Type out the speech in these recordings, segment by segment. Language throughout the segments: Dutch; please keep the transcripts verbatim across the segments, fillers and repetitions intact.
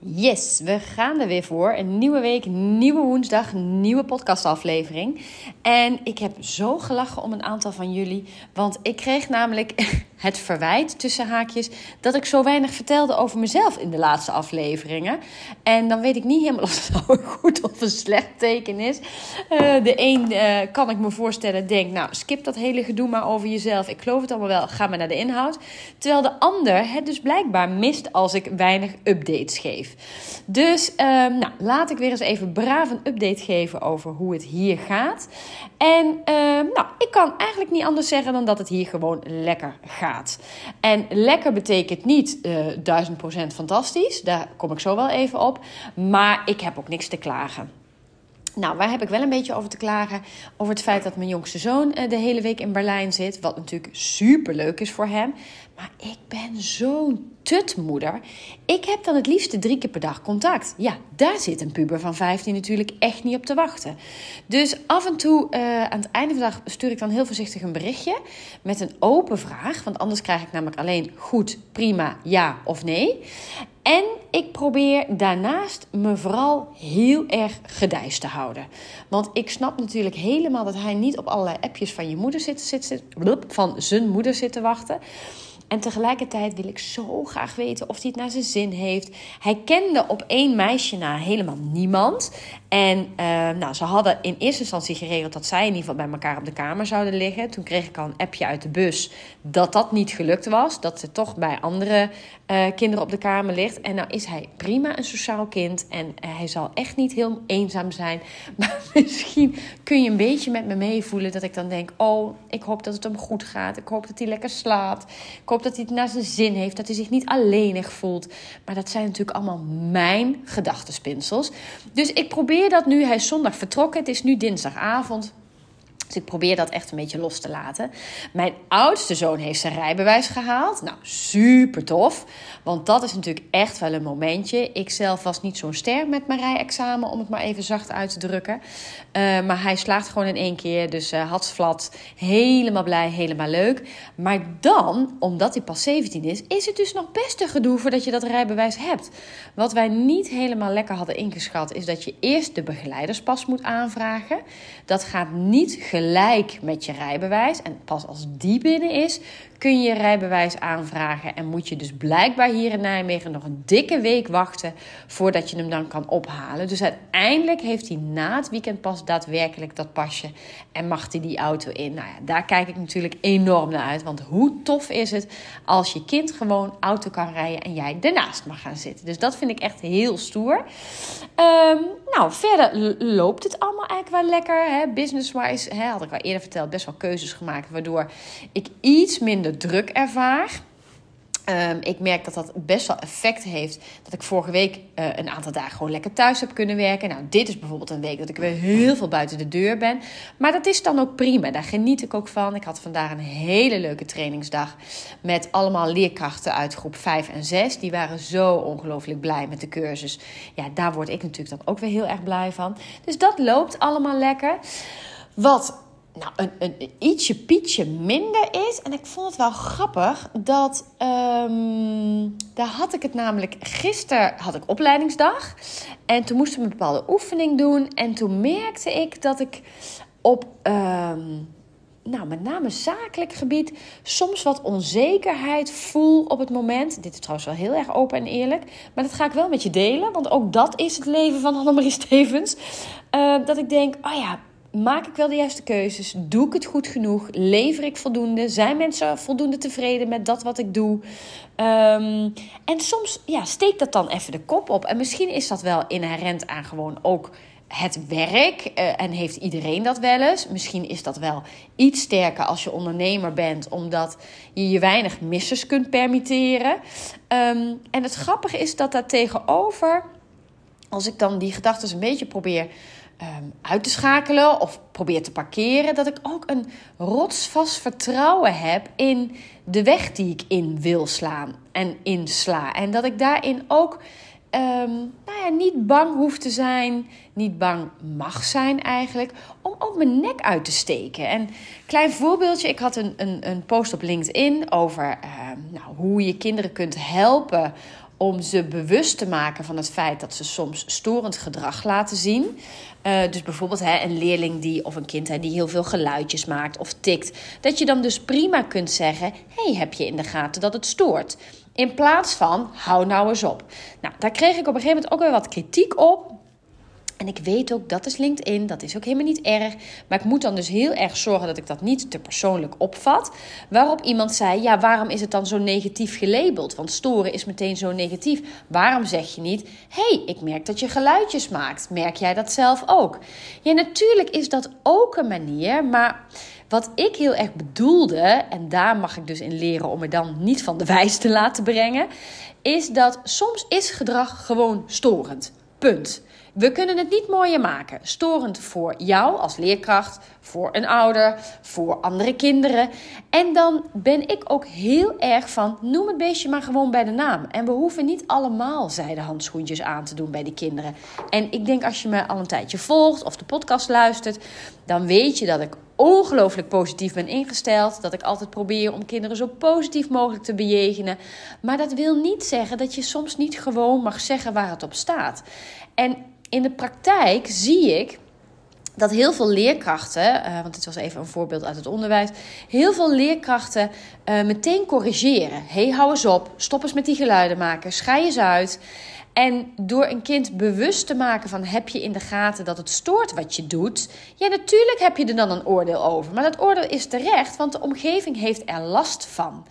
Yes, we gaan er weer voor. Een nieuwe week, nieuwe woensdag, nieuwe podcastaflevering. En ik heb zo gelachen om een aantal van jullie. Want ik kreeg namelijk het verwijt, tussen haakjes, dat ik zo weinig vertelde over mezelf in de laatste afleveringen. En dan weet ik niet helemaal of het nou een goed of een slecht teken is. Uh, de een uh, kan ik me voorstellen, denkt, nou skip dat hele gedoe maar over jezelf. Ik geloof het allemaal wel, ga maar naar de inhoud. Terwijl de ander het dus blijkbaar mist als ik weinig updates geef. Dus uh, nou, laat ik weer eens even braaf een update geven over hoe het hier gaat. En uh, nou, ik kan eigenlijk niet anders zeggen dan dat het hier gewoon lekker gaat. En lekker betekent niet uh, duizend procent fantastisch. Daar kom ik zo wel even op. Maar ik heb ook niks te klagen. Nou, waar heb ik wel een beetje over te klagen? Over het feit dat mijn jongste zoon uh, de hele week in Berlijn zit. Wat natuurlijk superleuk is voor hem. Maar ik ben zo'n tutmoeder. Ik heb dan het liefste drie keer per dag contact. Ja, daar zit een puber van vijftien natuurlijk echt niet op te wachten. Dus af en toe uh, aan het einde van de dag stuur ik dan heel voorzichtig een berichtje. Met een open vraag. Want anders krijg ik namelijk alleen goed, prima, ja of nee. En ik probeer daarnaast me vooral heel erg gedijst te houden. Want ik snap natuurlijk helemaal dat hij niet op allerlei appjes van je moeder zit, zit, zit van zijn moeder zit te wachten. En tegelijkertijd wil ik zo graag weten of hij het naar zijn zin heeft. Hij kende op één meisje na helemaal niemand. En uh, nou, ze hadden in eerste instantie geregeld dat zij in ieder geval bij elkaar op de kamer zouden liggen. Toen kreeg ik al een appje uit de bus dat dat niet gelukt was. Dat ze toch bij andere uh, kinderen op de kamer ligt. En nou is hij prima een sociaal kind. En uh, hij zal echt niet heel eenzaam zijn. Maar misschien kun je een beetje met me meevoelen dat ik dan denk, oh, ik hoop dat het hem goed gaat. Ik hoop dat hij lekker slaapt. Ik hoop dat hij het naar zijn zin heeft. Dat hij zich niet alleenig voelt. Maar dat zijn natuurlijk allemaal mijn gedachtenspinsels. Dus ik probeer dat nu. Hij is zondag vertrokken. Het is nu dinsdagavond. Dus ik probeer dat echt een beetje los te laten. Mijn oudste zoon heeft zijn rijbewijs gehaald. Nou, super tof. Want dat is natuurlijk echt wel een momentje. Ik zelf was niet zo'n ster met mijn rijexamen, om het maar even zacht uit te drukken. Uh, maar hij slaagt gewoon in één keer. Dus uh, hatsflat, helemaal blij, helemaal leuk. Maar dan, omdat hij pas zeventien is, is het dus nog best een gedoe voordat je dat rijbewijs hebt. Wat wij niet helemaal lekker hadden ingeschat, is dat je eerst de begeleiderspas moet aanvragen. Dat gaat niet gelijk met je rijbewijs. En pas als die binnen is, kun je je rijbewijs aanvragen. En moet je dus blijkbaar hier in Nijmegen nog een dikke week wachten voordat je hem dan kan ophalen. Dus uiteindelijk heeft hij na het weekend pas daadwerkelijk dat pasje en mag hij die auto in. Nou ja, daar kijk ik natuurlijk enorm naar uit. Want hoe tof is het als je kind gewoon auto kan rijden en jij ernaast mag gaan zitten. Dus dat vind ik echt heel stoer. Um, nou, verder loopt het allemaal eigenlijk wel lekker. Hè? Business-wise, hè, had ik al eerder verteld, best wel keuzes gemaakt, waardoor ik iets minder druk ervaar. Um, ik merk dat dat best wel effect heeft. Dat ik vorige week uh, een aantal dagen gewoon lekker thuis heb kunnen werken. Nou, dit is bijvoorbeeld een week dat ik weer heel veel buiten de deur ben. Maar dat is dan ook prima. Daar geniet ik ook van. Ik had vandaag een hele leuke trainingsdag met allemaal leerkrachten uit groep vijf en zes. Die waren zo ongelooflijk blij met de cursus. Ja, daar word ik natuurlijk dan ook weer heel erg blij van. Dus dat loopt allemaal lekker. Wat nou, een, een, een ietsje pietje minder is. En ik vond het wel grappig dat Um, daar had ik het namelijk. Gisteren had ik opleidingsdag. En toen moesten we een bepaalde oefening doen. En toen merkte ik dat ik op Um, nou, met name zakelijk gebied soms wat onzekerheid voel op het moment. Dit is trouwens wel heel erg open en eerlijk. Maar dat ga ik wel met je delen. Want ook dat is het leven van Annemarie Stevens. Uh, dat ik denk, oh ja, maak ik wel de juiste keuzes? Doe ik het goed genoeg? Lever ik voldoende? Zijn mensen voldoende tevreden met dat wat ik doe? Um, en soms ja, steekt dat dan even de kop op. En misschien is dat wel inherent aan gewoon ook het werk. Uh, en heeft iedereen dat wel eens. Misschien is dat wel iets sterker als je ondernemer bent, omdat je je weinig missers kunt permitteren. Um, en het grappige is dat daar tegenover, als ik dan die gedachten een beetje probeer Um, uit te schakelen of probeer te parkeren, dat ik ook een rotsvast vertrouwen heb in de weg die ik in wil slaan en insla. En dat ik daarin ook um, nou ja, niet bang hoef te zijn, niet bang mag zijn eigenlijk, om ook mijn nek uit te steken. En klein voorbeeldje, ik had een, een, een post op LinkedIn over uh, nou, hoe je kinderen kunt helpen om ze bewust te maken van het feit dat ze soms storend gedrag laten zien. Uh, dus bijvoorbeeld hè, een leerling die, of een kind hè, die heel veel geluidjes maakt of tikt. Dat je dan dus prima kunt zeggen, hey, heb je in de gaten dat het stoort? In plaats van, hou nou eens op. Nou, daar kreeg ik op een gegeven moment ook weer wat kritiek op. En ik weet ook, dat is LinkedIn, dat is ook helemaal niet erg. Maar ik moet dan dus heel erg zorgen dat ik dat niet te persoonlijk opvat. Waarop iemand zei, ja, waarom is het dan zo negatief gelabeld? Want storen is meteen zo negatief. Waarom zeg je niet, hé, hey, ik merk dat je geluidjes maakt. Merk jij dat zelf ook? Ja, natuurlijk is dat ook een manier, maar wat ik heel erg bedoelde, en daar mag ik dus in leren om me dan niet van de wijs te laten brengen, is dat soms is gedrag gewoon storend. Punt. We kunnen het niet mooier maken. Storend voor jou als leerkracht, voor een ouder, voor andere kinderen. En dan ben ik ook heel erg van, noem het beestje maar gewoon bij de naam. En we hoeven niet allemaal zijdehandschoentjes aan te doen bij die kinderen. En ik denk als je me al een tijdje volgt of de podcast luistert, dan weet je dat ik ongelooflijk positief ben ingesteld. Dat ik altijd probeer om kinderen zo positief mogelijk te bejegenen. Maar dat wil niet zeggen dat je soms niet gewoon mag zeggen waar het op staat. En in de praktijk zie ik dat heel veel leerkrachten, uh, want dit was even een voorbeeld uit het onderwijs, heel veel leerkrachten uh, meteen corrigeren. Hé, hey, hou eens op, stop eens met die geluiden maken, schei eens uit. En door een kind bewust te maken van, heb je in de gaten dat het stoort wat je doet? Ja, natuurlijk heb je er dan een oordeel over. Maar dat oordeel is terecht, want de omgeving heeft er last van.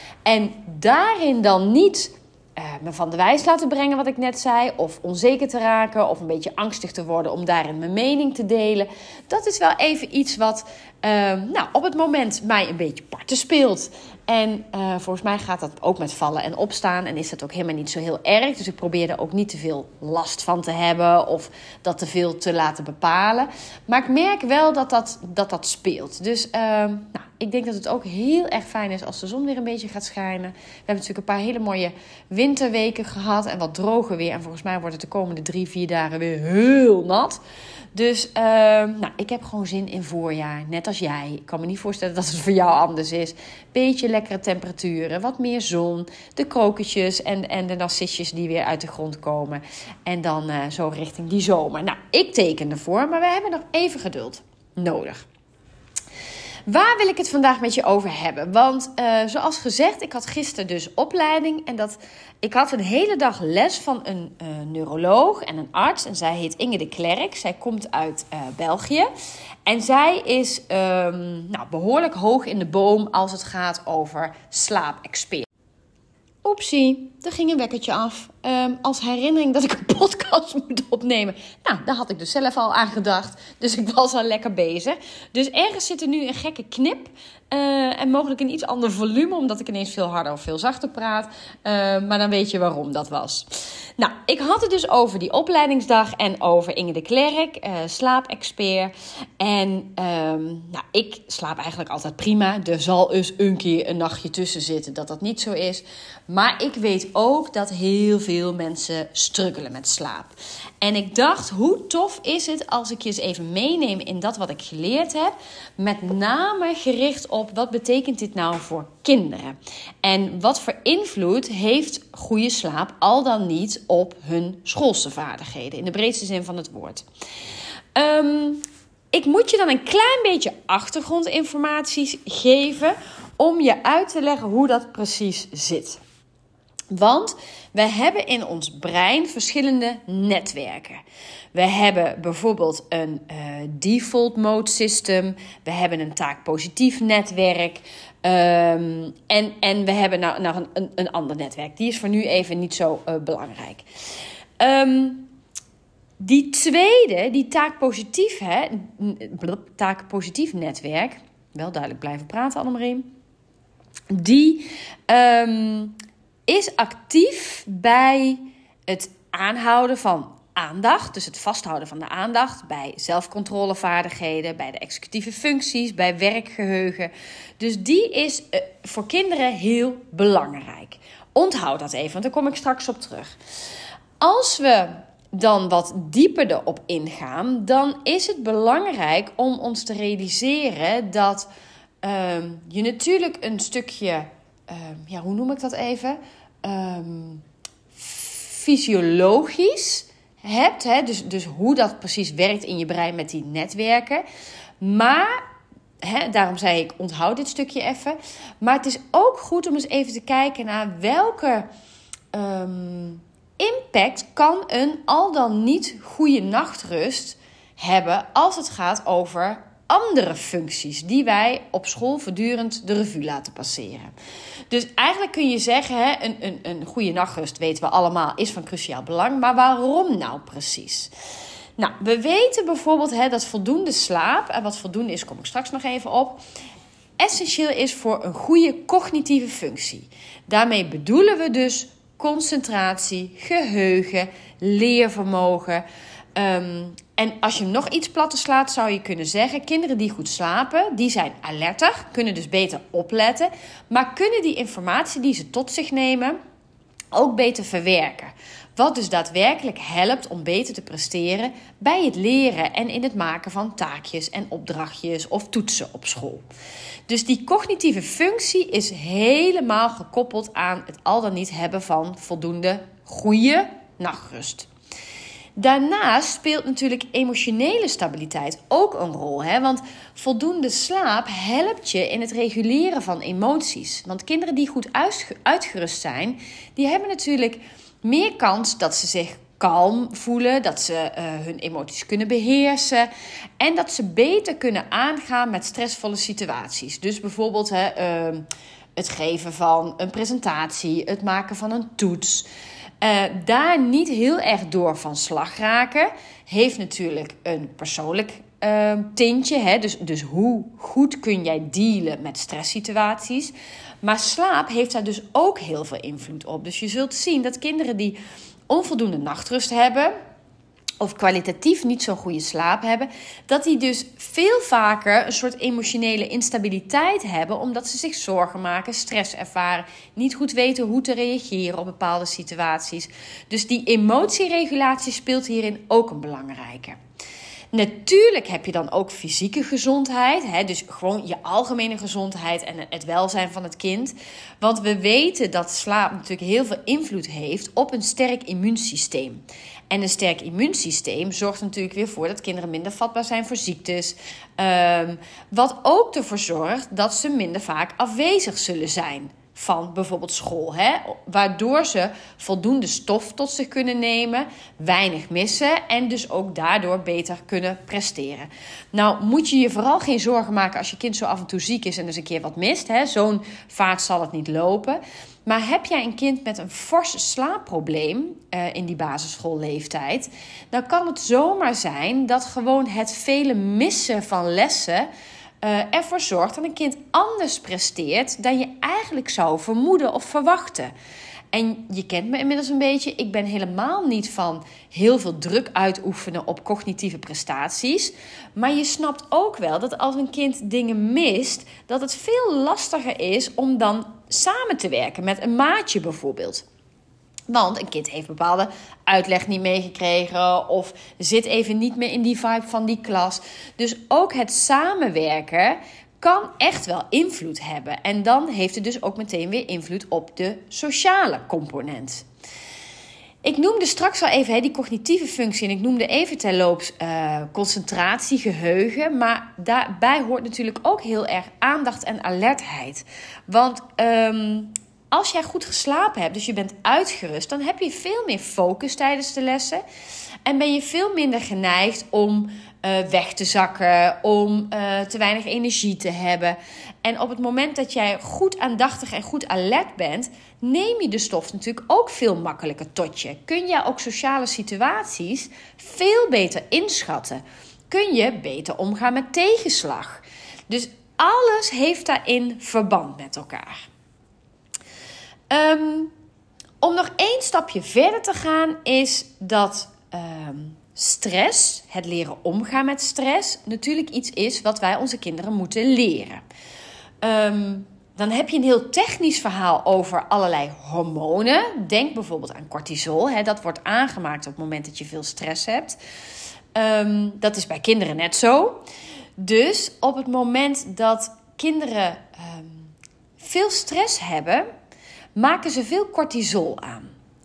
En daarin dan niet Uh, me van de wijs laten brengen wat ik net zei, of onzeker te raken, of een beetje angstig te worden om daarin mijn mening te delen. Dat is wel even iets wat uh, nou, op het moment mij een beetje parten speelt. En uh, volgens mij gaat dat ook met vallen en opstaan en is dat ook helemaal niet zo heel erg. Dus ik probeer er ook niet te veel last van te hebben of dat te veel te laten bepalen. Maar ik merk wel dat dat, dat, dat speelt. Dus uh, nou, ik denk dat het ook heel erg fijn is als de zon weer een beetje gaat schijnen. We hebben natuurlijk een paar hele mooie winterweken gehad en wat droger weer. En volgens mij wordt het de komende drie, vier dagen weer heel nat. Dus uh, nou, ik heb gewoon zin in voorjaar, net als jij. Ik kan me niet voorstellen dat het voor jou anders is. Beetje lekkere temperaturen, wat meer zon, de krokusjes en, en de narcisjes die weer uit de grond komen. En dan uh, zo richting die zomer. Nou, ik teken ervoor, maar we hebben nog even geduld nodig. Waar wil ik het vandaag met je over hebben? Want uh, zoals gezegd, ik had gisteren dus opleiding. En dat, ik had een hele dag les van een uh, neuroloog en een arts. En zij heet Inge de Klerk. Zij komt uit uh, België. En zij is um, nou, behoorlijk hoog in de boom als het gaat over slaapexpert. Oepsie, er ging een wekkertje af. Um, als herinnering dat ik een podcast moet opnemen. Nou, daar had ik dus zelf al aan gedacht. Dus ik was al lekker bezig. Dus ergens zit er nu een gekke knip. Uh, en mogelijk een iets ander volume. Omdat ik ineens veel harder of veel zachter praat. Uh, maar dan weet je waarom dat was. Nou, ik had het dus over die opleidingsdag. En over Inge de Klerk, uh, slaapexpert. En um, nou, ik slaap eigenlijk altijd prima. Er zal eens een keer een nachtje tussen zitten dat dat niet zo is. Maar ik weet ook dat heel veel mensen struggelen met slaap. En ik dacht, hoe tof is het als ik je eens even meeneem in dat wat ik geleerd heb. Met name gericht op wat betekent dit nou voor kinderen. En wat voor invloed heeft goede slaap al dan niet op hun schoolse vaardigheden. In de breedste zin van het woord. Um, ik moet je dan een klein beetje achtergrondinformatie geven om je uit te leggen hoe dat precies zit. Want we hebben in ons brein verschillende netwerken. We hebben bijvoorbeeld een uh, default mode system. We hebben een taakpositief netwerk. Um, en, en we hebben nou, nou een, een ander netwerk. Die is voor nu even niet zo uh, belangrijk. Um, die tweede, die taakpositief, hè, taakpositief netwerk. Wel duidelijk blijven praten, Annemarie. Die Um, is actief bij het aanhouden van aandacht. Dus het vasthouden van de aandacht bij zelfcontrolevaardigheden, bij de executieve functies, bij werkgeheugen. Dus die is uh, voor kinderen heel belangrijk. Onthoud dat even, want daar kom ik straks op terug. Als we dan wat dieper erop ingaan, dan is het belangrijk om ons te realiseren dat uh, je natuurlijk een stukje Uh, ja, hoe noem ik dat even? Um, fysiologisch hebt. Hè, dus, dus hoe dat precies werkt in je brein met die netwerken. Maar, hè, daarom zei ik, onthoud dit stukje even. Maar het is ook goed om eens even te kijken naar welke um, impact kan een al dan niet goede nachtrust hebben als het gaat over andere functies die wij op school voortdurend de revue laten passeren. Dus eigenlijk kun je zeggen, hè, een, een, een goede nachtrust, weten we allemaal, is van cruciaal belang. Maar waarom nou precies? Nou, we weten bijvoorbeeld hè, dat voldoende slaap, en wat voldoende is, kom ik straks nog even op, essentieel is voor een goede cognitieve functie. Daarmee bedoelen we dus concentratie, geheugen, leervermogen. Um, en als je nog iets platter slaat, zou je kunnen zeggen, kinderen die goed slapen, die zijn alerter, kunnen dus beter opletten, maar kunnen die informatie die ze tot zich nemen ook beter verwerken. Wat dus daadwerkelijk helpt om beter te presteren bij het leren en in het maken van taakjes en opdrachtjes of toetsen op school. Dus die cognitieve functie is helemaal gekoppeld aan het al dan niet hebben van voldoende goede nachtrust. Daarnaast speelt natuurlijk emotionele stabiliteit ook een rol. Hè? Want voldoende slaap helpt je in het reguleren van emoties. Want kinderen die goed uitgerust zijn, die hebben natuurlijk meer kans dat ze zich kalm voelen, dat ze uh, hun emoties kunnen beheersen en dat ze beter kunnen aangaan met stressvolle situaties. Dus bijvoorbeeld hè, uh, het geven van een presentatie, het maken van een toets. Uh, daar niet heel erg door van slag raken, heeft natuurlijk een persoonlijk uh, tintje. Hè? Dus, dus hoe goed kun jij dealen met stresssituaties. Maar slaap heeft daar dus ook heel veel invloed op. Dus je zult zien dat kinderen die onvoldoende nachtrust hebben, of kwalitatief niet zo'n goede slaap hebben, dat die dus veel vaker een soort emotionele instabiliteit hebben, omdat ze zich zorgen maken, stress ervaren, niet goed weten hoe te reageren op bepaalde situaties. Dus die emotieregulatie speelt hierin ook een belangrijke. Natuurlijk heb je dan ook fysieke gezondheid, hè, dus gewoon je algemene gezondheid en het welzijn van het kind. Want we weten dat slaap natuurlijk heel veel invloed heeft op een sterk immuunsysteem. En een sterk immuunsysteem zorgt natuurlijk weer voor dat kinderen minder vatbaar zijn voor ziektes. Um, wat ook ervoor zorgt dat ze minder vaak afwezig zullen zijn van bijvoorbeeld school. Hè? Waardoor ze voldoende stof tot zich kunnen nemen, weinig missen en dus ook daardoor beter kunnen presteren. Nou moet je je vooral geen zorgen maken als je kind zo af en toe ziek is en dus een keer wat mist. Hè? Zo'n vaart zal het niet lopen. Maar heb jij een kind met een fors slaapprobleem uh, in die basisschoolleeftijd, dan kan het zomaar zijn dat gewoon het vele missen van lessen Uh, ervoor zorgt dat een kind anders presteert dan je eigenlijk zou vermoeden of verwachten. En je kent me inmiddels een beetje. Ik ben helemaal niet van heel veel druk uitoefenen op cognitieve prestaties. Maar je snapt ook wel dat als een kind dingen mist, dat het veel lastiger is om dan samen te werken met een maatje bijvoorbeeld. Want een kind heeft bepaalde uitleg niet meegekregen of zit even niet meer in die vibe van die klas. Dus ook het samenwerken kan echt wel invloed hebben. En dan heeft het dus ook meteen weer invloed op de sociale component. Ik noemde straks al even he, die cognitieve functie en ik noemde even terloops uh, concentratie, geheugen. Maar daarbij hoort natuurlijk ook heel erg aandacht en alertheid. Want Um, Als jij goed geslapen hebt, dus je bent uitgerust, dan heb je veel meer focus tijdens de lessen. En ben je veel minder geneigd om uh, weg te zakken, om uh, te weinig energie te hebben. En op het moment dat jij goed aandachtig en goed alert bent, neem je de stof natuurlijk ook veel makkelijker tot je. Kun je ook sociale situaties veel beter inschatten. Kun je beter omgaan met tegenslag. Dus alles heeft daarin verband met elkaar. Um, om nog één stapje verder te gaan is dat um, stress, het leren omgaan met stress, natuurlijk iets is wat wij onze kinderen moeten leren. Um, dan heb je een heel technisch verhaal over allerlei hormonen. Denk bijvoorbeeld aan cortisol. Hè, dat wordt aangemaakt op het moment dat je veel stress hebt. Um, dat is bij kinderen net zo. Dus op het moment dat kinderen um, veel stress hebben, maken ze veel cortisol aan.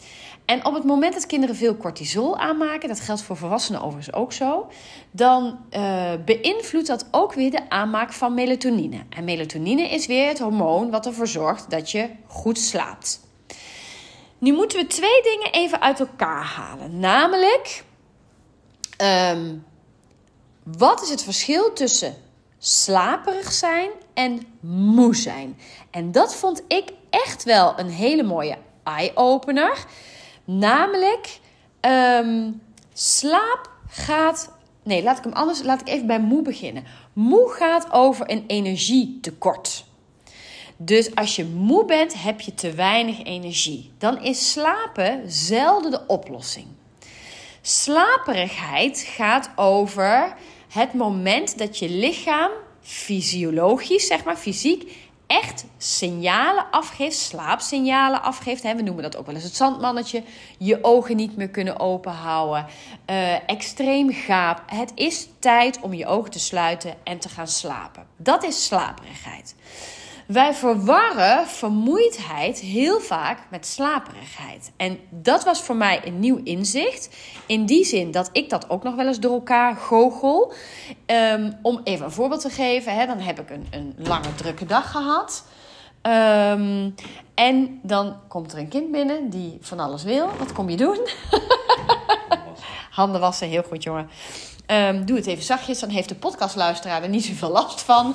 En op het moment dat kinderen veel cortisol aanmaken, dat geldt voor volwassenen overigens ook zo, dan uh, beïnvloedt dat ook weer de aanmaak van melatonine. En melatonine is weer het hormoon wat ervoor zorgt dat je goed slaapt. Nu moeten we twee dingen even uit elkaar halen. Namelijk, um, wat is het verschil tussen slaperig zijn en moe zijn? En dat vond ik echt wel een hele mooie eye-opener. Namelijk, um, slaap gaat... Nee, laat ik hem anders... Laat ik even bij moe beginnen. Moe gaat over een energietekort. Dus als je moe bent, heb je te weinig energie. Dan is slapen zelden de oplossing. Slaperigheid gaat over het moment dat je lichaam fysiologisch, zeg maar fysiek, echt signalen afgeeft, slaapsignalen afgeeft. We noemen dat ook wel eens het zandmannetje. Je ogen niet meer kunnen openhouden. Uh, extreem gaap. Het is tijd om je ogen te sluiten en te gaan slapen. Dat is slaperigheid. Wij verwarren vermoeidheid heel vaak met slaperigheid. En dat was voor mij een nieuw inzicht. In die zin dat ik dat ook nog wel eens door elkaar goochel. Um, om even een voorbeeld te geven. Hè, dan heb ik een, een lange drukke dag gehad. Um, en dan komt er een kind binnen die van alles wil. Wat kom je doen? Handen wassen, heel goed jongen. Um, doe het even zachtjes, dan heeft de podcastluisteraar er niet zoveel last van.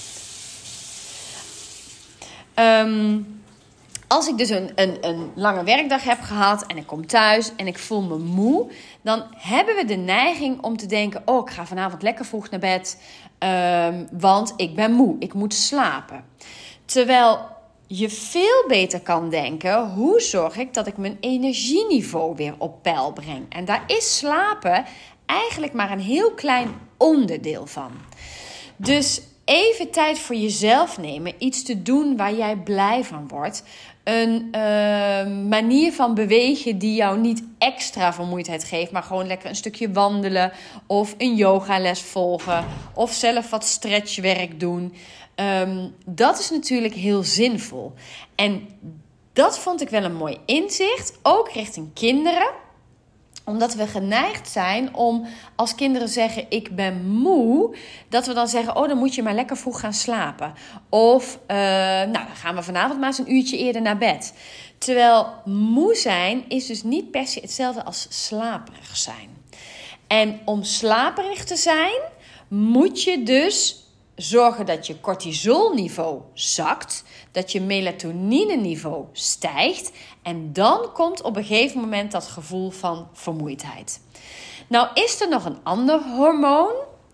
Um, als ik dus een, een, een lange werkdag heb gehad en ik kom thuis en ik voel me moe, dan hebben we de neiging om te denken, oh, ik ga vanavond lekker vroeg naar bed, um, want ik ben moe, ik moet slapen. Terwijl je veel beter kan denken, hoe zorg ik dat ik mijn energieniveau weer op peil breng? En daar is slapen eigenlijk maar een heel klein onderdeel van. Dus even tijd voor jezelf nemen. Iets te doen waar jij blij van wordt. Een uh, manier van bewegen die jou niet extra vermoeidheid geeft. Maar gewoon lekker een stukje wandelen. Of een yogales volgen. Of zelf wat stretchwerk doen. Um, dat is natuurlijk heel zinvol. En dat vond ik wel een mooi inzicht. Ook richting kinderen. Omdat we geneigd zijn om als kinderen zeggen ik ben moe, dat we dan zeggen oh dan moet je maar lekker vroeg gaan slapen. Of uh, nou dan gaan we vanavond maar eens een uurtje eerder naar bed. Terwijl moe zijn is dus niet per se hetzelfde als slaperig zijn. En om slaperig te zijn moet je dus zorgen dat je cortisolniveau zakt, dat je melatonine-niveau stijgt en dan komt op een gegeven moment dat gevoel van vermoeidheid. Nou is er nog een ander hormoon.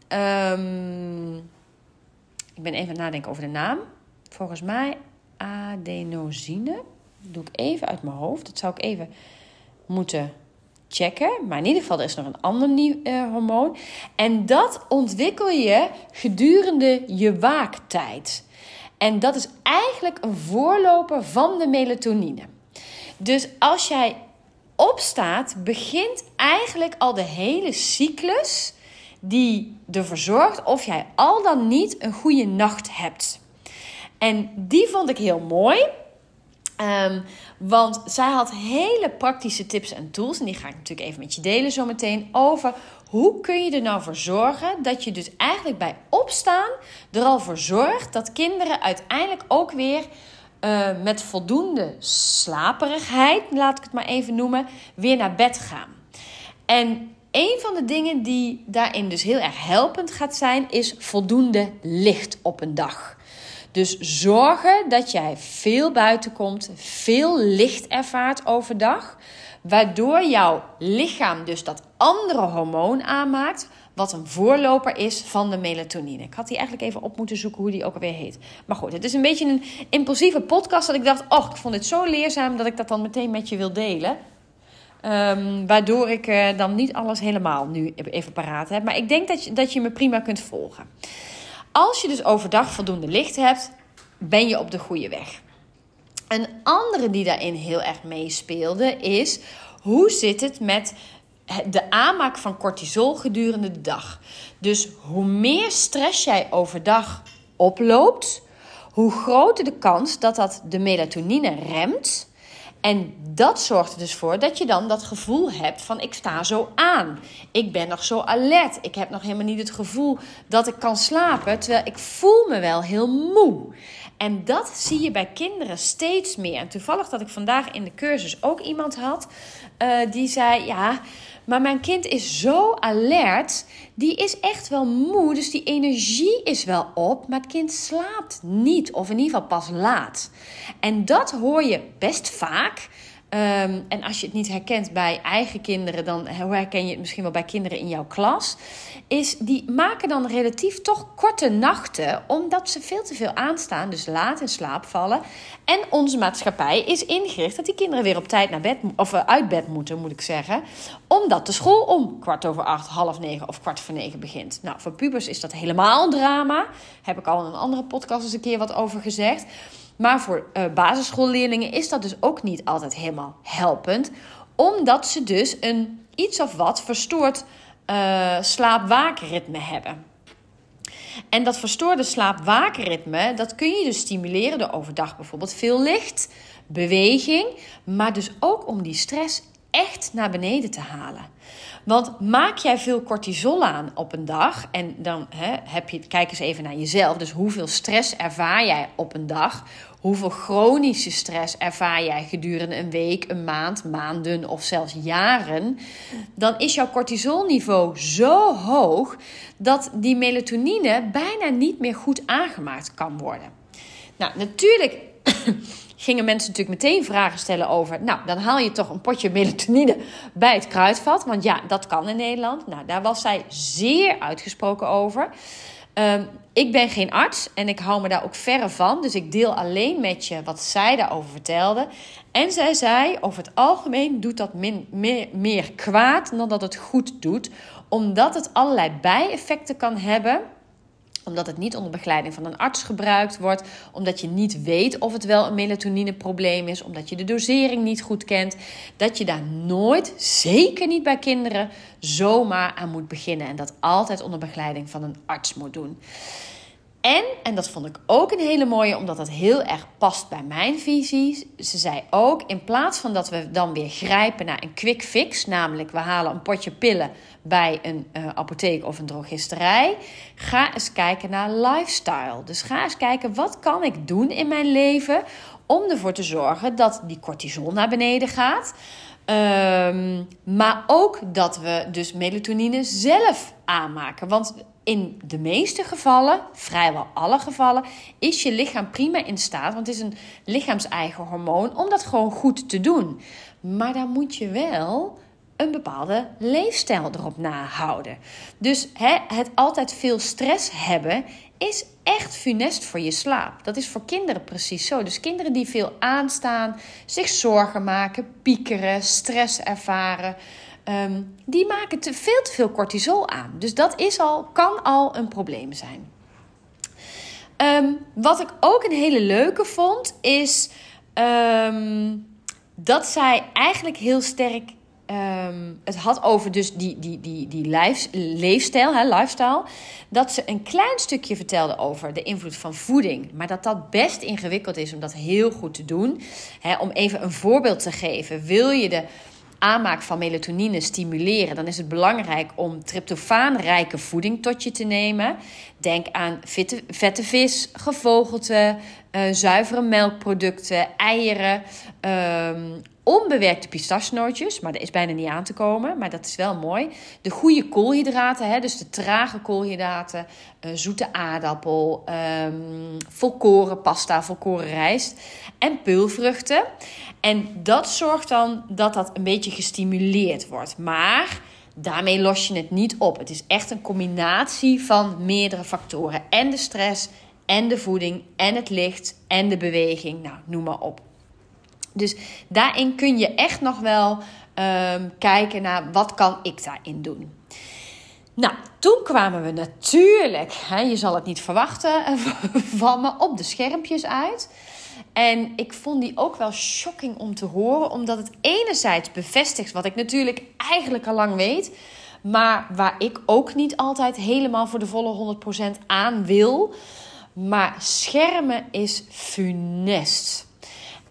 Um, ik ben even aan het nadenken over de naam. Volgens mij adenosine. Dat doe ik even uit mijn hoofd. Dat zou ik even moeten checken. Maar in ieder geval, er is nog een ander nieuw, uh, hormoon. En dat ontwikkel je gedurende je waaktijd. En dat is eigenlijk een voorloper van de melatonine. Dus als jij opstaat, begint eigenlijk al de hele cyclus die ervoor zorgt of jij al dan niet een goede nacht hebt. En die vond ik heel mooi. Um, want zij had hele praktische tips en tools. En die ga ik natuurlijk even met je delen zo meteen. Over hoe kun je er nou voor zorgen dat je dus eigenlijk bij opstaan er al voor zorgt dat kinderen uiteindelijk ook weer uh, met voldoende slaperigheid, laat ik het maar even noemen, weer naar bed gaan. En een van de dingen die daarin dus heel erg helpend gaat zijn, is voldoende licht op een dag. Dus zorgen dat jij veel buiten komt, veel licht ervaart overdag, waardoor jouw lichaam dus dat andere hormoon aanmaakt, wat een voorloper is van de melatonine. Ik had die eigenlijk even op moeten zoeken hoe die ook alweer heet. Maar goed, het is een beetje een impulsieve podcast dat ik dacht, oh, ik vond dit zo leerzaam dat ik dat dan meteen met je wil delen. Um, waardoor ik uh, dan niet alles helemaal nu even paraat heb. Maar ik denk dat je, dat je me prima kunt volgen. Als je dus overdag voldoende licht hebt, ben je op de goede weg. Een andere die daarin heel erg meespeelde is, hoe zit het met de aanmaak van cortisol gedurende de dag? Dus hoe meer stress jij overdag oploopt, hoe groter de kans dat dat de melatonine remt En dat zorgt er dus voor dat je dan dat gevoel hebt van ik sta zo aan. Ik ben nog zo alert. Ik heb nog helemaal niet het gevoel dat ik kan slapen. Terwijl ik voel me wel heel moe. En dat zie je bij kinderen steeds meer. En toevallig dat ik vandaag in de cursus ook iemand had uh, die zei, ja, maar mijn kind is zo alert. Die is echt wel moe, dus die energie is wel op. Maar het kind slaapt niet, of in ieder geval pas laat. En dat hoor je best vaak. Um, en als je het niet herkent bij eigen kinderen, dan herken je het misschien wel bij kinderen in jouw klas. Is die maken dan relatief toch korte nachten, omdat ze veel te veel aanstaan, dus laat in slaap vallen. En onze maatschappij is ingericht dat die kinderen weer op tijd naar bed, of uit bed moeten, moet ik zeggen. Omdat de school om kwart over acht, half negen of kwart voor negen begint. Nou, voor pubers is dat helemaal een drama. Heb ik al in een andere podcast eens een keer wat over gezegd. Maar voor uh, basisschoolleerlingen is dat dus ook niet altijd helemaal helpend. Omdat ze dus een iets of wat verstoord uh, slaap-waakritme hebben. En dat verstoorde slaap-waakritme, dat kun je dus stimuleren door overdag bijvoorbeeld veel licht, beweging. Maar dus ook om die stress echt naar beneden te halen. Want maak jij veel cortisol aan op een dag, en dan hè, heb je, kijk eens even naar jezelf. Dus hoeveel stress ervaar jij op een dag? Hoeveel chronische stress ervaar jij gedurende een week, een maand, maanden of zelfs jaren? Dan is jouw cortisolniveau zo hoog dat die melatonine bijna niet meer goed aangemaakt kan worden. Nou, natuurlijk gingen mensen natuurlijk meteen vragen stellen over, nou, dan haal je toch een potje melatonine bij het kruidvat. Want ja, dat kan in Nederland. Nou, daar was zij zeer uitgesproken over. Um, ik ben geen arts en ik hou me daar ook verre van. Dus ik deel alleen met je wat zij daarover vertelde. En zij zei, over het algemeen doet dat min, meer, meer kwaad dan dat het goed doet. Omdat het allerlei bijeffecten kan hebben. Omdat het niet onder begeleiding van een arts gebruikt wordt. Omdat je niet weet of het wel een melatonineprobleem is. Omdat je de dosering niet goed kent. Dat je daar nooit, zeker niet bij kinderen, zomaar aan moet beginnen. En dat altijd onder begeleiding van een arts moet doen. En, en dat vond ik ook een hele mooie, omdat dat heel erg past bij mijn visie. Ze zei ook, in plaats van dat we dan weer grijpen naar een quick fix, namelijk we halen een potje pillen bij een uh, apotheek of een drogisterij, ga eens kijken naar lifestyle. Dus ga eens kijken, wat kan ik doen in mijn leven om ervoor te zorgen dat die cortisol naar beneden gaat. Um, maar ook dat we dus melatonine zelf aanmaken. Want in de meeste gevallen, vrijwel alle gevallen, is je lichaam prima in staat, want het is een lichaams-eigen hormoon, om dat gewoon goed te doen. Maar dan moet je wel een bepaalde leefstijl erop nahouden. Dus hè, het altijd veel stress hebben is echt funest voor je slaap. Dat is voor kinderen precies zo. Dus kinderen die veel aanstaan, zich zorgen maken, piekeren, stress ervaren, Um, die maken te veel te veel cortisol aan. Dus dat is al, kan al een probleem zijn. Um, wat ik ook een hele leuke vond, is um, dat zij eigenlijk heel sterk um, het had over dus die, die, die, die lijfs, leefstijl, hè, lifestyle. Dat ze een klein stukje vertelde over de invloed van voeding. Maar dat dat best ingewikkeld is om dat heel goed te doen. Hè, om even een voorbeeld te geven. Wil je de aanmaak van melatonine stimuleren, dan is het belangrijk om tryptofaanrijke voeding tot je te nemen. Denk aan vette, vette vis, gevogelte, uh, zuivere melkproducten, eieren, um, onbewerkte pistachenootjes, maar dat is bijna niet aan te komen, maar dat is wel mooi. De goede koolhydraten, hè, dus de trage koolhydraten, uh, zoete aardappel, um, volkoren pasta, volkoren rijst en peulvruchten. En dat zorgt dan dat dat een beetje gestimuleerd wordt. Maar daarmee los je het niet op. Het is echt een combinatie van meerdere factoren. En de stress, en de voeding, en het licht, en de beweging. Nou, noem maar op. Dus daarin kun je echt nog wel um, kijken naar wat kan ik daarin doen. Nou, toen kwamen we natuurlijk, hè, je zal het niet verwachten van me, op de schermpjes uit. En ik vond die ook wel shocking om te horen, omdat het enerzijds bevestigt wat ik natuurlijk eigenlijk al lang weet, maar waar ik ook niet altijd helemaal voor de volle honderd procent aan wil. Maar schermen is funest.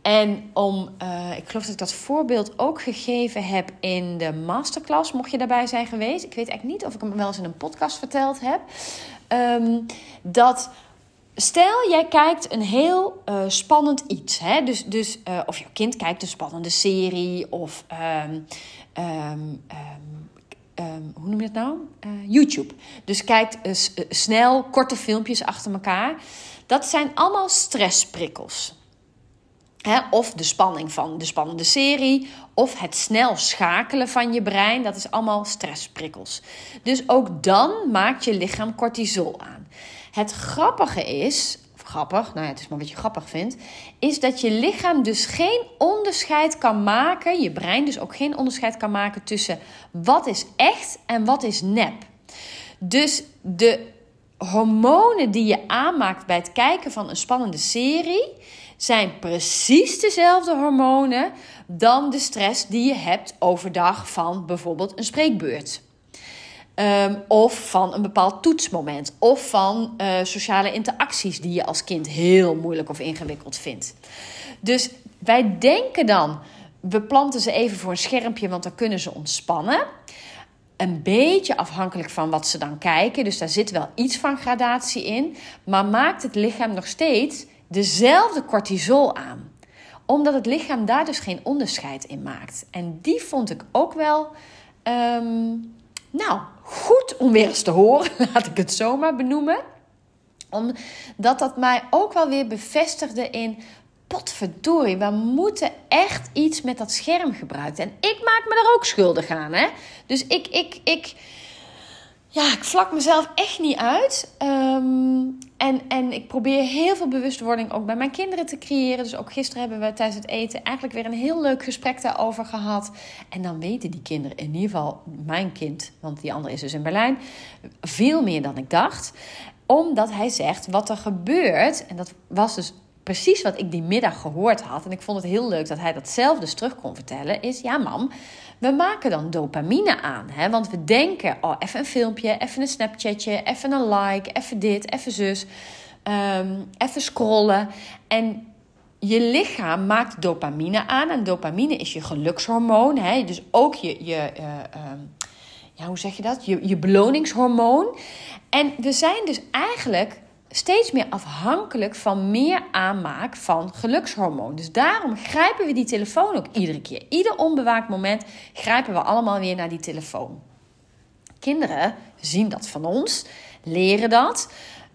En om, uh, ik geloof dat ik dat voorbeeld ook gegeven heb in de masterclass, mocht je daarbij zijn geweest. Ik weet eigenlijk niet of ik hem wel eens in een podcast verteld heb. Um, dat, stel jij kijkt een heel uh, spannend iets. Hè? Dus, dus, uh, of jouw kind kijkt een spannende serie of um, um, um, um, hoe noem je het nou? Uh, YouTube. Dus kijkt uh, s- uh, snel korte filmpjes achter elkaar. Dat zijn allemaal stressprikkels. He, of de spanning van de spannende serie, of het snel schakelen van je brein. Dat is allemaal stressprikkels. Dus ook dan maakt je lichaam cortisol aan. Het grappige is, of grappig, nou ja, het is maar wat je grappig vindt, is dat je lichaam dus geen onderscheid kan maken, je brein dus ook geen onderscheid kan maken tussen wat is echt en wat is nep. Dus de hormonen die je aanmaakt bij het kijken van een spannende serie zijn precies dezelfde hormonen dan de stress die je hebt overdag van bijvoorbeeld een spreekbeurt. Um, of van een bepaald toetsmoment. Of van uh, sociale interacties die je als kind heel moeilijk of ingewikkeld vindt. Dus wij denken dan, we planten ze even voor een schermpje, want dan kunnen ze ontspannen. Een beetje afhankelijk van wat ze dan kijken. Dus daar zit wel iets van gradatie in. Maar maakt het lichaam nog steeds dezelfde cortisol aan. Omdat het lichaam daar dus geen onderscheid in maakt. En die vond ik ook wel um, nou, goed om weer eens te horen. Laat ik het zo maar benoemen. Omdat dat mij ook wel weer bevestigde in, potverdorie, we moeten echt iets met dat scherm gebruiken. En ik maak me daar ook schuldig aan. Hè? Dus ik, ik, ik, ja, ik vlak mezelf echt niet uit. Um, en, en ik probeer heel veel bewustwording ook bij mijn kinderen te creëren. Dus ook gisteren hebben we tijdens het eten eigenlijk weer een heel leuk gesprek daarover gehad. En dan weten die kinderen, in ieder geval mijn kind, want die andere is dus in Berlijn, veel meer dan ik dacht. Omdat hij zegt wat er gebeurt, en dat was dus precies wat ik die middag gehoord had. En ik vond het heel leuk dat hij dat zelf dus terug kon vertellen. Is, ja mam, we maken dan dopamine aan. Hè? Want we denken, oh, even een filmpje, even een Snapchatje, even een like, even dit, even zus. Um, even scrollen. En je lichaam maakt dopamine aan. En dopamine is je gelukshormoon. Hè? Dus ook je, je uh, um, ja, hoe zeg je dat? Je, je beloningshormoon. En we zijn dus eigenlijk steeds meer afhankelijk van meer aanmaak van gelukshormoon. Dus daarom grijpen we die telefoon ook iedere keer. Ieder onbewaakt moment grijpen we allemaal weer naar die telefoon. Kinderen zien dat van ons, leren dat.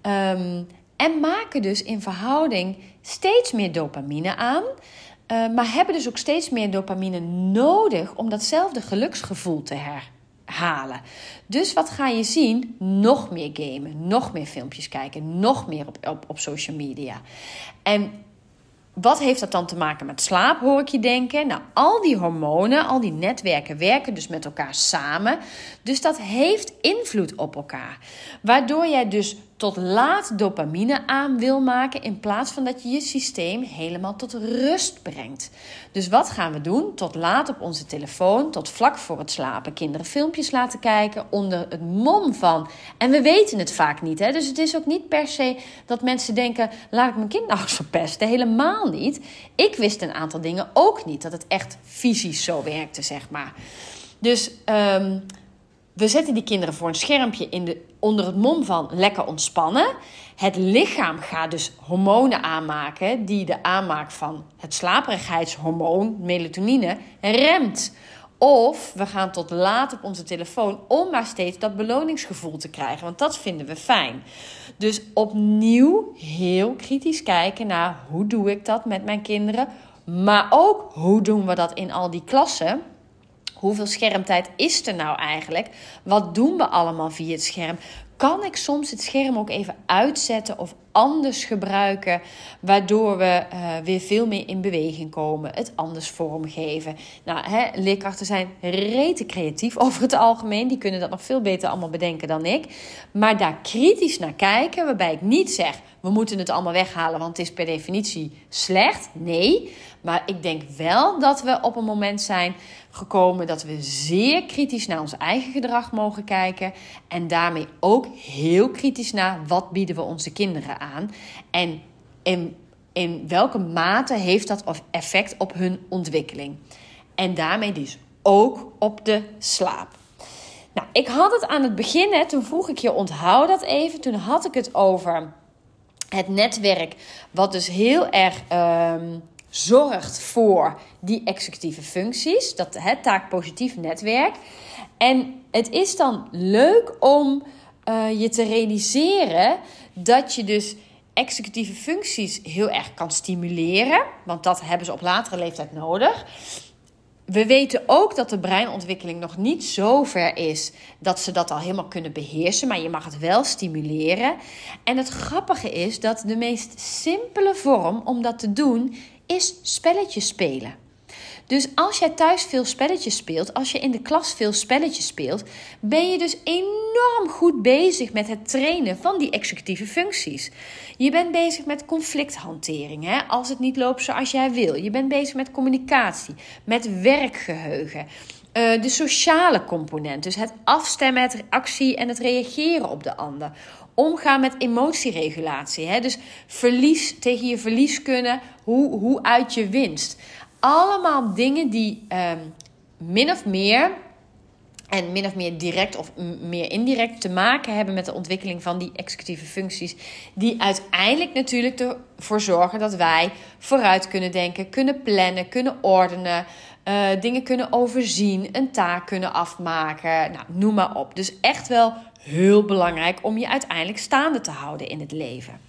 Um, en maken dus in verhouding steeds meer dopamine aan. Uh, maar hebben dus ook steeds meer dopamine nodig om datzelfde geluksgevoel te herhalen. Halen. Dus wat ga je zien? Nog meer gamen, nog meer filmpjes kijken, nog meer op, op, op social media. En wat heeft dat dan te maken met slaap, hoor ik je denken? Nou, al die hormonen, al die netwerken werken dus met elkaar samen. Dus dat heeft invloed op elkaar. Waardoor jij dus tot laat dopamine aan wil maken, in plaats van dat je je systeem helemaal tot rust brengt. Dus wat gaan we doen? Tot laat op onze telefoon, tot vlak voor het slapen, kinderen filmpjes laten kijken onder het mom van. En we weten het vaak niet, hè? Dus het is ook niet per se dat mensen denken, laat ik mijn kind nou eens verpesten. Helemaal niet. Ik wist een aantal dingen ook niet, dat het echt fysisch zo werkte, zeg maar. Dus um, we zetten die kinderen voor een schermpje in de, onder het mom van lekker ontspannen. Het lichaam gaat dus hormonen aanmaken die de aanmaak van het slaperigheidshormoon, melatonine, remt. Of we gaan tot laat op onze telefoon om maar steeds dat beloningsgevoel te krijgen. Want dat vinden we fijn. Dus opnieuw heel kritisch kijken naar hoe doe ik dat met mijn kinderen. Maar ook hoe doen we dat in al die klassen. Hoeveel schermtijd is er nou eigenlijk? Wat doen we allemaal via het scherm? Kan ik soms het scherm ook even uitzetten of anders gebruiken, waardoor we uh, weer veel meer in beweging komen, het anders vormgeven. Nou, hè, leerkrachten zijn rete creatief over het algemeen. Die kunnen dat nog veel beter allemaal bedenken dan ik. Maar daar kritisch naar kijken, waarbij ik niet zeg, we moeten het allemaal weghalen, want het is per definitie slecht. Nee, maar ik denk wel dat we op een moment zijn gekomen dat we zeer kritisch naar ons eigen gedrag mogen kijken. En daarmee ook heel kritisch naar wat bieden we onze kinderen aan. En, en in welke mate heeft dat effect op hun ontwikkeling. En daarmee dus ook op de slaap. Nou, ik had het aan het begin, hè, toen vroeg ik je, onthoud dat even. Toen had ik het over het netwerk, wat dus heel erg um, zorgt voor die executieve functies. Dat het taakpositief netwerk. En het is dan leuk om uh, je te realiseren dat je dus executieve functies heel erg kan stimuleren. Want dat hebben ze op latere leeftijd nodig. We weten ook dat de breinontwikkeling nog niet zo ver is dat ze dat al helemaal kunnen beheersen. Maar je mag het wel stimuleren. En het grappige is dat de meest simpele vorm om dat te doen is spelletjes spelen. Dus als jij thuis veel spelletjes speelt, als je in de klas veel spelletjes speelt, ben je dus enorm goed bezig met het trainen van die executieve functies. Je bent bezig met conflicthantering, hè, als het niet loopt zoals jij wil. Je bent bezig met communicatie, met werkgeheugen, uh, de sociale component. Dus het afstemmen, het actie en het reageren op de ander. Omgaan met emotieregulatie, hè, dus verlies, tegen je verlies kunnen, hoe, hoe uit je winst. Allemaal dingen die um, min of meer en min of meer direct of m- meer indirect te maken hebben met de ontwikkeling van die executieve functies. Die uiteindelijk natuurlijk ervoor zorgen dat wij vooruit kunnen denken, kunnen plannen, kunnen ordenen, uh, dingen kunnen overzien, een taak kunnen afmaken. Nou, noem maar op. Dus echt wel heel belangrijk om je uiteindelijk staande te houden in het leven.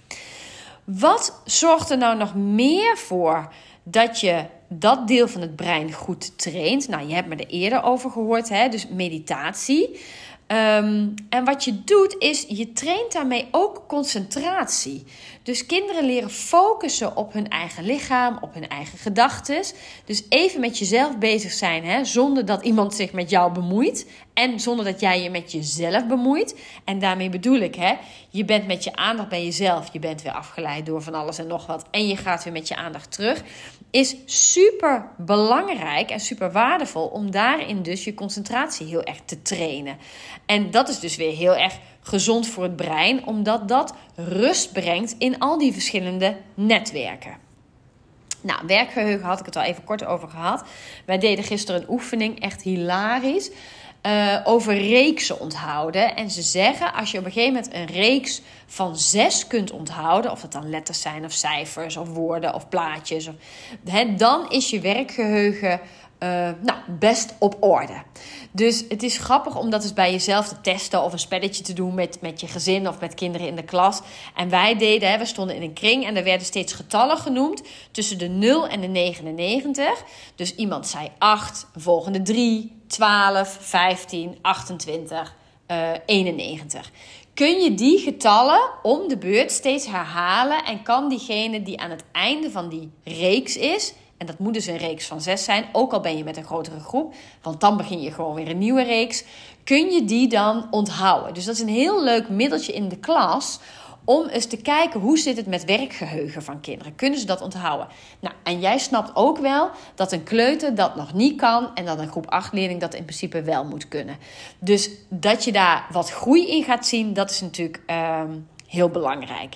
Wat zorgt er nou nog meer voor dat je dat deel van het brein goed traint? Nou, je hebt me er eerder over gehoord, hè? Dus meditatie. Um, en wat je doet is, je traint daarmee ook concentratie. Dus kinderen leren focussen op hun eigen lichaam, op hun eigen gedachten. Dus even met jezelf bezig zijn, hè? Zonder dat iemand zich met jou bemoeit. En zonder dat jij je met jezelf bemoeit. En daarmee bedoel ik, hè, je bent met je aandacht bij jezelf. Je bent weer afgeleid door van alles en nog wat. En je gaat weer met je aandacht terug. Is super belangrijk en super waardevol om daarin dus je concentratie heel erg te trainen. En dat is dus weer heel erg gezond voor het brein, omdat dat rust brengt in al die verschillende netwerken. Nou, werkgeheugen had ik het al even kort over gehad. Wij deden gisteren een oefening, echt hilarisch, uh, over reeksen onthouden. En ze zeggen, als je op een gegeven moment een reeks van zes kunt onthouden, of dat dan letters zijn of cijfers of woorden of plaatjes, of, hè, dan is je werkgeheugen Uh, nou, best op orde. Dus het is grappig om dat eens bij jezelf te testen of een spelletje te doen met, met je gezin of met kinderen in de klas. En wij deden, hè, we stonden in een kring en er werden steeds getallen genoemd tussen de nul en de negenennegentig. Dus iemand zei acht, volgende drie, twaalf, vijftien, achtentwintig, uh, eenennegentig. Kun je die getallen om de beurt steeds herhalen en kan diegene die aan het einde van die reeks is, en dat moet dus een reeks van zes zijn, ook al ben je met een grotere groep, want dan begin je gewoon weer een nieuwe reeks, kun je die dan onthouden. Dus dat is een heel leuk middeltje in de klas om eens te kijken hoe zit het met werkgeheugen van kinderen. Kunnen ze dat onthouden? Nou, en jij snapt ook wel dat een kleuter dat nog niet kan en dat een groep acht leerling dat in principe wel moet kunnen. Dus dat je daar wat groei in gaat zien, dat is natuurlijk um, heel belangrijk.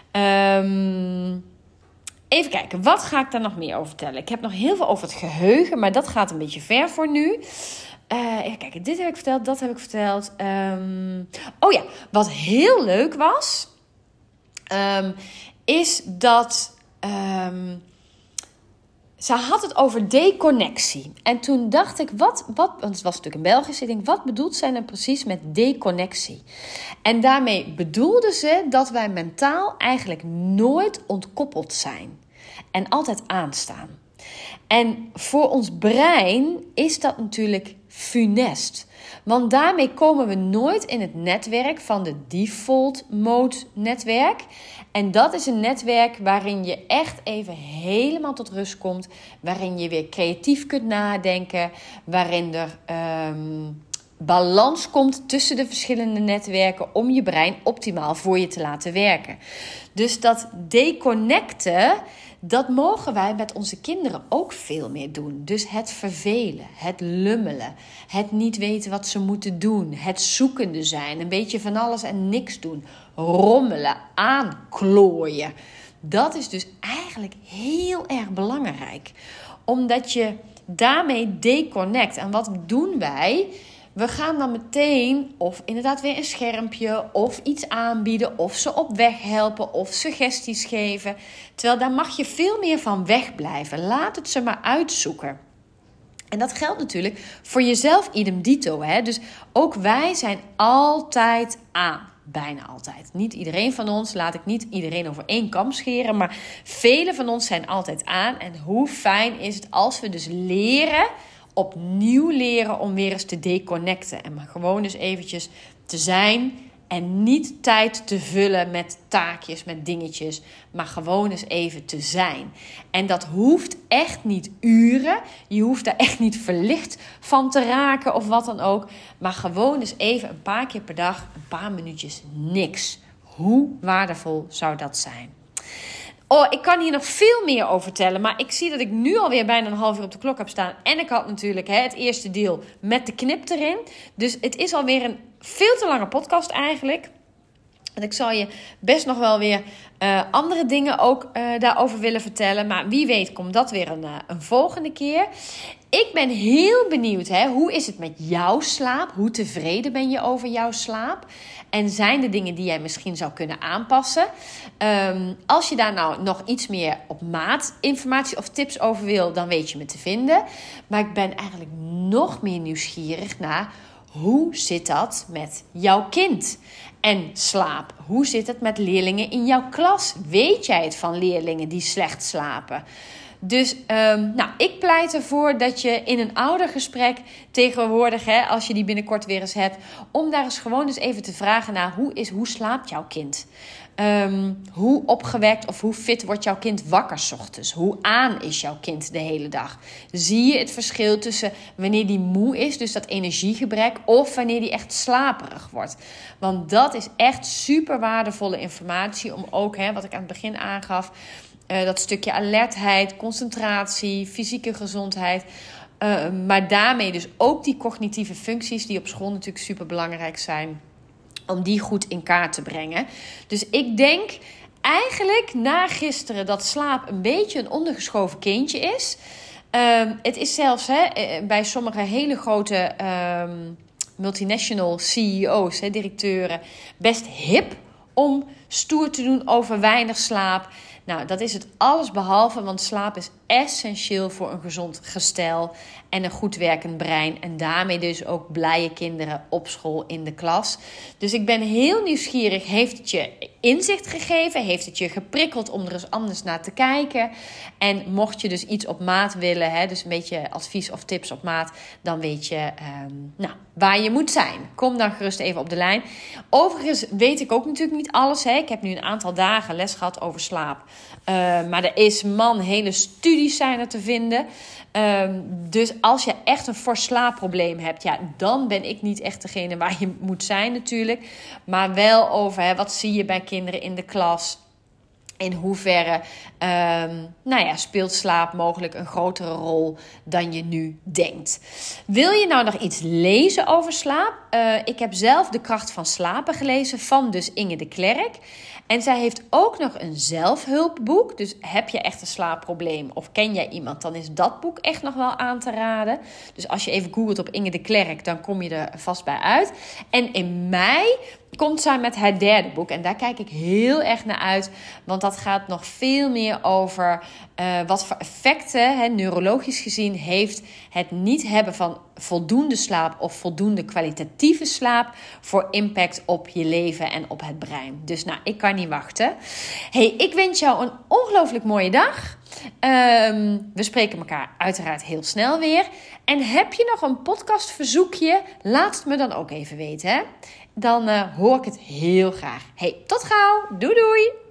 Um, Even kijken, wat ga ik daar nog meer over vertellen? Ik heb nog heel veel over het geheugen, maar dat gaat een beetje ver voor nu. Uh, even kijken, dit heb ik verteld, dat heb ik verteld. Um, oh ja, wat heel leuk was, um, is dat Um, ze had het over deconnectie. En toen dacht ik, wat, wat, want het was natuurlijk een Belgische, ik denk, wat bedoelt zij nou precies met deconnectie? En daarmee bedoelde ze dat wij mentaal eigenlijk nooit ontkoppeld zijn. En altijd aanstaan. En voor ons brein is dat natuurlijk funest. Want daarmee komen we nooit in het netwerk van de default mode netwerk. En dat is een netwerk waarin je echt even helemaal tot rust komt. Waarin je weer creatief kunt nadenken. Waarin er um, balans komt tussen de verschillende netwerken om je brein optimaal voor je te laten werken. Dus dat deconnecten, dat mogen wij met onze kinderen ook veel meer doen. Dus het vervelen, het lummelen, het niet weten wat ze moeten doen, het zoekende zijn, een beetje van alles en niks doen, rommelen, aanklooien. Dat is dus eigenlijk heel erg belangrijk. Omdat je daarmee deconnect. En wat doen wij? We gaan dan meteen of inderdaad weer een schermpje of iets aanbieden of ze op weg helpen of suggesties geven. Terwijl daar mag je veel meer van wegblijven. Laat het ze maar uitzoeken. En dat geldt natuurlijk voor jezelf idem dito. Hè? Dus ook wij zijn altijd aan. Bijna altijd. Niet iedereen van ons, laat ik niet iedereen over één kam scheren. Maar velen van ons zijn altijd aan. En hoe fijn is het als we dus leren, opnieuw leren om weer eens te deconnecten. En maar gewoon dus eventjes te zijn. En niet tijd te vullen met taakjes, met dingetjes. Maar gewoon eens even te zijn. En dat hoeft echt niet uren. Je hoeft daar echt niet verlicht van te raken of wat dan ook. Maar gewoon eens even een paar keer per dag, een paar minuutjes niks. Hoe waardevol zou dat zijn? Oh, ik kan hier nog veel meer over vertellen. Maar ik zie dat ik nu alweer bijna een half uur op de klok heb staan. En ik had natuurlijk hè, het eerste deel met de knip erin. Dus het is alweer een veel te lange podcast eigenlijk. En ik zal je best nog wel weer uh, andere dingen ook uh, daarover willen vertellen. Maar wie weet komt dat weer een, uh, een volgende keer. Ik ben heel benieuwd, hè, hoe is het met jouw slaap? Hoe tevreden ben je over jouw slaap? En zijn er dingen die jij misschien zou kunnen aanpassen? Um, als je daar nou nog iets meer op maat informatie of tips over wil, dan weet je me te vinden. Maar ik ben eigenlijk nog meer nieuwsgierig naar hoe zit dat met jouw kind? En slaap. Hoe zit het met leerlingen in jouw klas? Weet jij het van leerlingen die slecht slapen? Dus um, nou, ik pleit ervoor dat je in een oudergesprek tegenwoordig, hè, als je die binnenkort weer eens hebt, om daar eens gewoon eens even te vragen naar hoe, is, hoe slaapt jouw kind? Um, hoe opgewekt of hoe fit wordt jouw kind wakker 's ochtends? Hoe aan is jouw kind de hele dag? Zie je het verschil tussen wanneer die moe is, dus dat energiegebrek, of wanneer die echt slaperig wordt? Want dat is echt super waardevolle informatie om ook, hè, wat ik aan het begin aangaf, uh, dat stukje alertheid, concentratie, fysieke gezondheid, uh, maar daarmee dus ook die cognitieve functies die op school natuurlijk super belangrijk zijn, om die goed in kaart te brengen. Dus ik denk eigenlijk na gisteren dat slaap een beetje een ondergeschoven kindje is. Um, het is zelfs hè, bij sommige hele grote um, multinational C E O's, hè, directeuren, best hip om stoer te doen over weinig slaap. Nou, dat is het alles behalve, want slaap is essentieel voor een gezond gestel en een goed werkend brein. En daarmee dus ook blije kinderen op school in de klas. Dus ik ben heel nieuwsgierig. Heeft het je inzicht gegeven? Heeft het je geprikkeld om er eens anders naar te kijken? En mocht je dus iets op maat willen, hè, dus een beetje advies of tips op maat, dan weet je um, nou, waar je moet zijn. Kom dan gerust even op de lijn. Overigens weet ik ook natuurlijk niet alles. Hè. Ik heb nu een aantal dagen les gehad over slaap. Uh, maar er is, man, hele studies zijn er te vinden. Um, dus als je echt een fors slaapprobleem hebt, ja, dan ben ik niet echt degene waar je moet zijn natuurlijk. Maar wel over, hè, wat zie je bij kinderen in de klas? In hoeverre um, nou ja, speelt slaap mogelijk een grotere rol dan je nu denkt. Wil je nou nog iets lezen over slaap? Uh, ik heb zelf De Kracht van Slapen gelezen van dus Inge de Klerk. En zij heeft ook nog een zelfhulpboek. Dus heb je echt een slaapprobleem of ken jij iemand, dan is dat boek echt nog wel aan te raden. Dus als je even googelt op Inge de Klerk, dan kom je er vast bij uit. En in mei komt zij met haar derde boek. En daar kijk ik heel erg naar uit. Want dat gaat nog veel meer over uh, wat voor effecten, hè, neurologisch gezien, heeft het niet hebben van voldoende slaap of voldoende kwalitatieve slaap voor impact op je leven en op het brein. Dus nou, ik kan niet wachten. Hey, ik wens jou een ongelooflijk mooie dag. Um, we spreken elkaar uiteraard heel snel weer. En heb je nog een podcastverzoekje? Laat het me dan ook even weten, hè? Dan uh, hoor ik het heel graag. Hey, tot gauw. Doei doei.